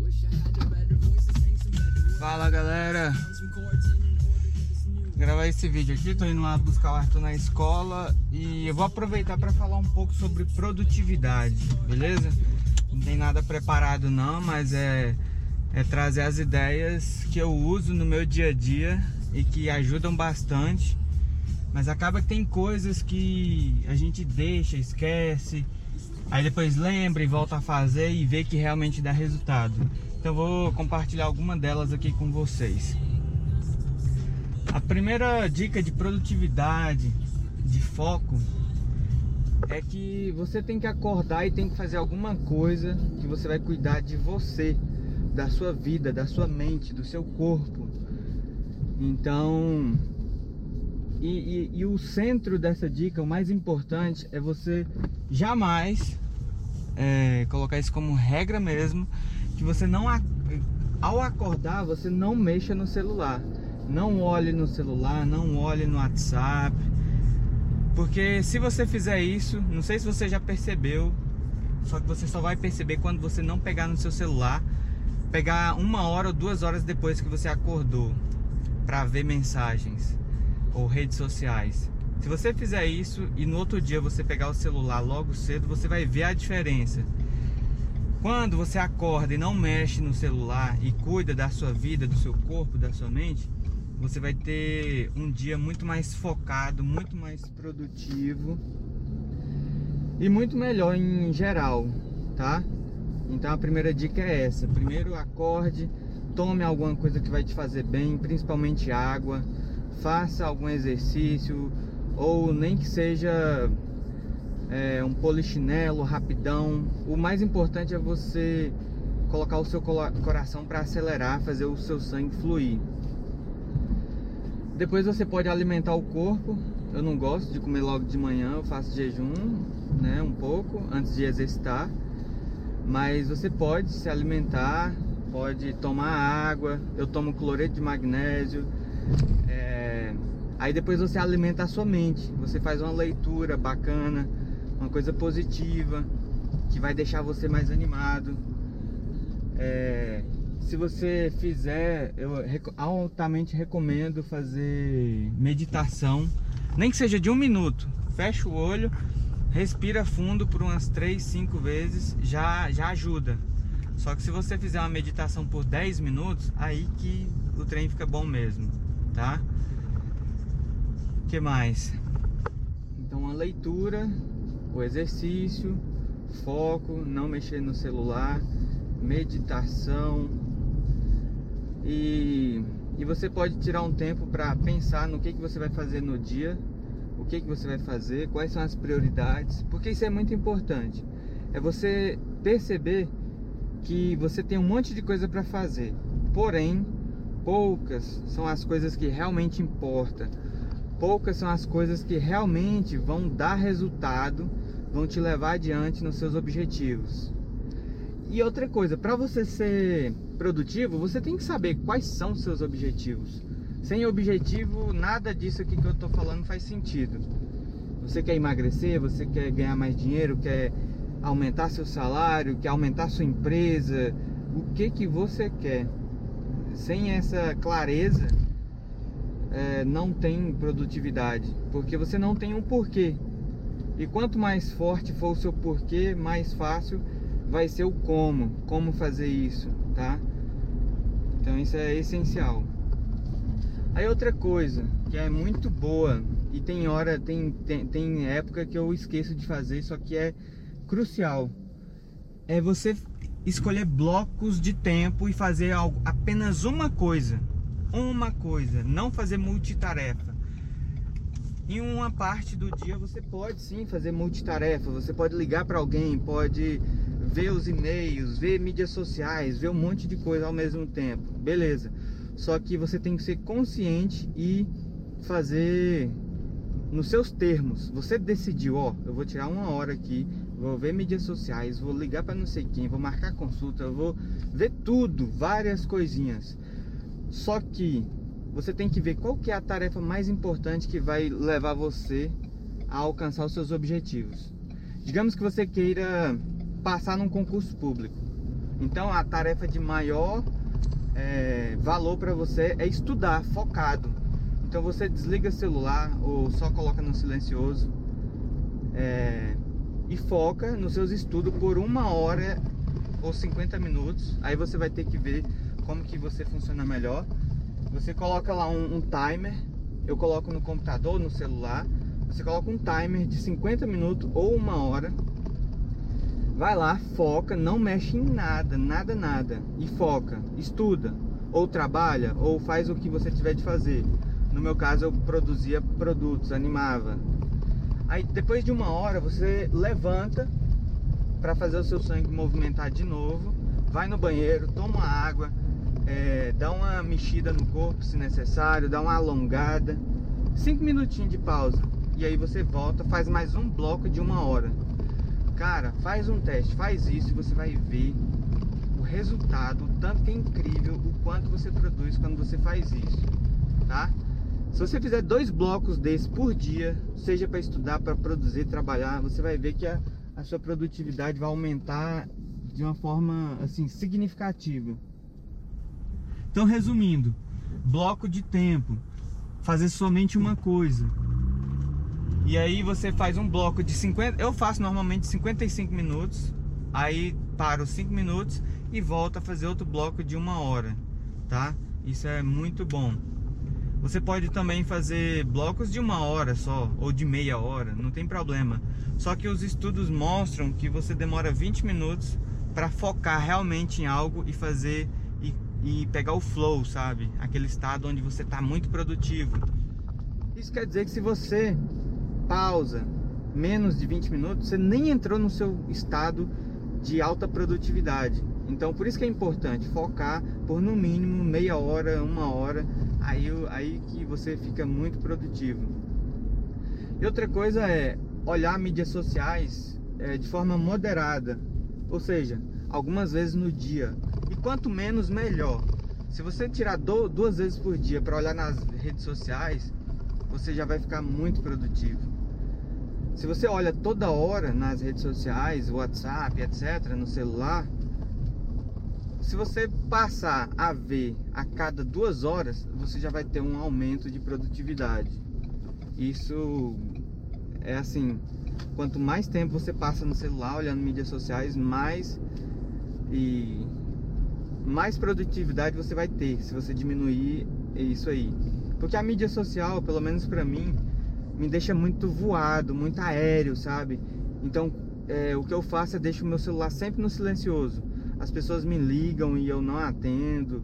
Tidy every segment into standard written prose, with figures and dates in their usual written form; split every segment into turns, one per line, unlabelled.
Fala galera, gravar esse vídeo aqui, tô indo lá buscar o Arthur na escola e eu vou aproveitar para falar um pouco sobre produtividade, beleza? Não tem nada preparado não, mas é trazer as ideias que eu uso no meu dia a dia e que ajudam bastante, mas acaba que tem coisas que a gente deixa, esquece, aí depois lembra e volta a fazer e vê que realmente dá resultado. Então eu vou compartilhar alguma delas aqui com vocês. A primeira dica de produtividade, de foco, é que você tem que acordar e tem que fazer alguma coisa que você vai cuidar de você, da sua vida, da sua mente, do seu corpo. Então, e o centro dessa dica, o mais importante, é você jamais colocar isso como regra mesmo, que você não, ao acordar, você não mexa no celular. Não olhe no celular, não olhe no WhatsApp, porque se você fizer isso, não sei se você já percebeu, só que você só vai perceber quando você não pegar no seu celular, pegar 1 hora ou 2 horas depois que você acordou para ver mensagens ou redes sociais. Se você fizer isso e no outro dia você pegar o celular logo cedo, você vai ver a diferença. Quando você acorda e não mexe no celular e cuida da sua vida, do seu corpo, da sua mente, você vai ter um dia muito mais focado, muito mais produtivo e muito melhor em geral, tá? Então a primeira dica é essa: primeiro acorde, tome alguma coisa que vai te fazer bem, principalmente água, faça algum exercício, ou nem que seja um polichinelo rapidão. O mais importante é você colocar o seu coração para acelerar, fazer o seu sangue fluir. Depois você pode alimentar o corpo. Eu não gosto de comer logo de manhã, eu faço jejum, né, um pouco antes de exercitar. Mas você pode se alimentar, pode tomar água. Eu tomo cloreto de magnésio. Aí depois você alimenta a sua mente. Você faz uma leitura bacana, uma coisa positiva, que vai deixar você mais animado. Se você fizer, eu altamente recomendo fazer meditação, nem que seja de 1 minuto. Fecha o olho, respira fundo por umas 3, 5 vezes, já ajuda. Só que se você fizer uma meditação por 10 minutos, aí que o trem fica bom mesmo, tá? O que mais? Então a leitura, o exercício, foco, não mexer no celular, meditação. E você pode tirar um tempo para pensar no que você vai fazer no dia, o que você vai fazer, quais são as prioridades, porque isso é muito importante. É você perceber que você tem um monte de coisa para fazer, porém poucas são as coisas que realmente importam. Poucas são as coisas que realmente vão dar resultado, vão te levar adiante nos seus objetivos. E outra coisa, para você ser produtivo, você tem que saber quais são os seus objetivos. Sem objetivo, nada disso aqui que eu estou falando faz sentido. Você quer emagrecer, você quer ganhar mais dinheiro, quer aumentar seu salário, quer aumentar sua empresa, o que você quer? Sem essa clareza, não tem produtividade, porque você não tem um porquê. E quanto mais forte for o seu porquê, mais fácil vai ser o como fazer isso, tá? Então isso é essencial. Aí outra coisa que é muito boa e tem época que eu esqueço de fazer, só que é crucial, é você escolher blocos de tempo e fazer apenas uma coisa, não fazer multitarefa. Em uma parte do dia você pode sim fazer multitarefa, você pode ligar para alguém, pode ver os e-mails, ver mídias sociais, ver um monte de coisa ao mesmo tempo, beleza. Só que você tem que ser consciente e fazer nos seus termos. Você decidiu, eu vou tirar 1 hora aqui, vou ver mídias sociais, vou ligar para não sei quem, vou marcar consulta, eu vou ver tudo, várias coisinhas. Só que você tem que ver qual que é a tarefa mais importante que vai levar você a alcançar os seus objetivos. Digamos que você queira passar num concurso público. Então a tarefa de maior valor para você é estudar focado. Então você desliga o celular ou só coloca no silencioso e foca nos seus estudos por 1 hora ou 50 minutos. Aí você vai ter que ver como que você funciona melhor. Você coloca lá um timer. Eu coloco no computador, no celular. Você coloca um timer de 50 minutos ou 1 hora. Vai lá, foca, não mexe em nada, nada. E foca, estuda, ou trabalha, ou faz o que você tiver de fazer. No meu caso, eu produzia produtos, animava. Aí depois de 1 hora, você levanta para fazer o seu sangue movimentar de novo. Vai no banheiro, toma água, dá uma mexida no corpo se necessário, dá uma alongada. 5 minutinhos de pausa. E aí você volta, faz mais um bloco de 1 hora. Cara, faz um teste, faz isso e você vai ver o resultado, o tanto que é incrível, o quanto você produz quando você faz isso, tá? Se você fizer 2 blocos desses por dia, seja para estudar, para produzir, trabalhar, você vai ver que a sua produtividade vai aumentar de uma forma assim significativa. Então, resumindo, bloco de tempo, fazer somente uma coisa. E aí você faz um bloco de 50, eu faço normalmente 55 minutos, aí paro 5 minutos e volto a fazer outro bloco de 1 hora, tá? Isso é muito bom. Você pode também fazer blocos de 1 hora só, ou de meia hora, não tem problema. Só que os estudos mostram que você demora 20 minutos para focar realmente em algo e fazer e pegar o flow, sabe? Aquele estado onde você está muito produtivo. Isso quer dizer que se você pausa menos de 20 minutos, você nem entrou no seu estado de alta produtividade. Então por isso que é importante focar por no mínimo meia hora, 1 hora, aí que você fica muito produtivo. E outra coisa é olhar mídias sociais de forma moderada, ou seja, algumas vezes no dia, e quanto menos melhor. Se você tirar 2 vezes por dia para olhar nas redes sociais, você já vai ficar muito produtivo. Se você olha toda hora nas redes sociais, WhatsApp, etc, no celular, se você passar a ver a cada 2 horas, você já vai ter um aumento de produtividade. Isso é assim, quanto mais tempo você passa no celular olhando mídias sociais, mais produtividade você vai ter se você diminuir isso aí. Porque a mídia social, pelo menos pra mim, me deixa muito voado, muito aéreo, sabe? Então o que eu faço é deixo o meu celular sempre no silencioso. As pessoas me ligam e eu não atendo,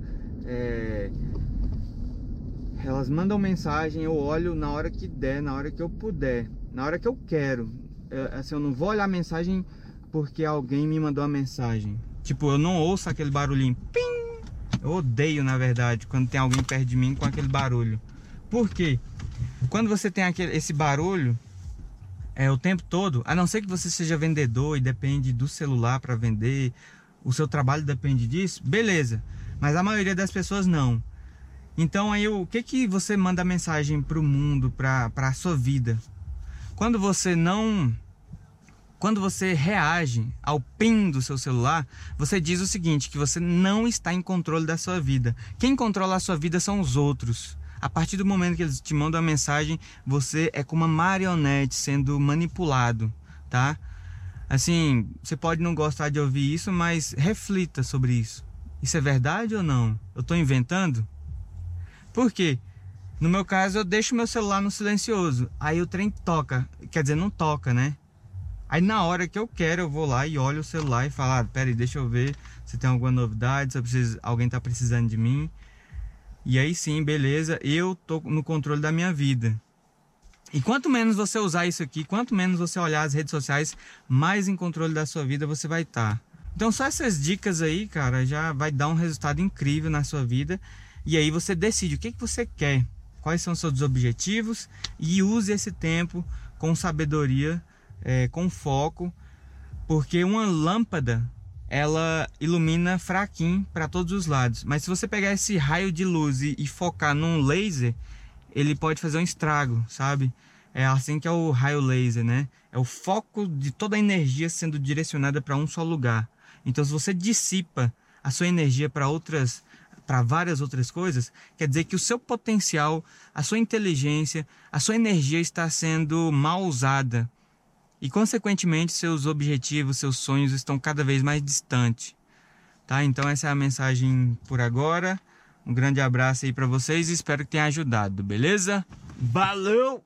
elas mandam mensagem, eu olho na hora que der, na hora que eu puder, na hora que eu quero. Assim, eu não vou olhar a mensagem porque alguém me mandou a mensagem. Tipo, eu não ouço aquele barulhinho, pim! Eu odeio, na verdade, quando tem alguém perto de mim com aquele barulho. Por quê? Quando você tem esse barulho o tempo todo, a não ser que você seja vendedor e depende do celular para vender, o seu trabalho depende disso, beleza. Mas a maioria das pessoas não. Então aí o que você manda mensagem para o mundo, para a sua vida? Quando você reage ao ping do seu celular, você diz o seguinte, que você não está em controle da sua vida. Quem controla a sua vida são os outros. A partir do momento que eles te mandam a mensagem, você é como uma marionete sendo manipulado, tá? Assim, você pode não gostar de ouvir isso, mas reflita sobre isso. Isso é verdade ou não? Eu estou inventando? Por quê? No meu caso, eu deixo meu celular no silencioso. Aí o trem toca. Quer dizer, não toca, né? Aí na hora que eu quero, eu vou lá e olho o celular e falo, pera aí, deixa eu ver se tem alguma novidade, se alguém tá precisando de mim. E aí sim, beleza, eu tô no controle da minha vida. E quanto menos você usar isso aqui, quanto menos você olhar as redes sociais, mais em controle da sua vida você vai estar. Então só essas dicas aí, cara, já vai dar um resultado incrível na sua vida. E aí você decide o que você quer, quais são os seus objetivos, e use esse tempo com sabedoria, com foco, porque uma lâmpada ela ilumina fraquinho para todos os lados, mas se você pegar esse raio de luz e focar num laser, ele pode fazer um estrago, sabe? É assim que é o raio laser, né? É o foco de toda a energia sendo direcionada para um só lugar. Então, se você dissipa a sua energia para várias outras coisas, quer dizer que o seu potencial, a sua inteligência, a sua energia está sendo mal usada. E, consequentemente, seus objetivos, seus sonhos estão cada vez mais distantes. Tá? Então, essa é a mensagem por agora. Um grande abraço aí para vocês e espero que tenha ajudado, beleza? Valeu!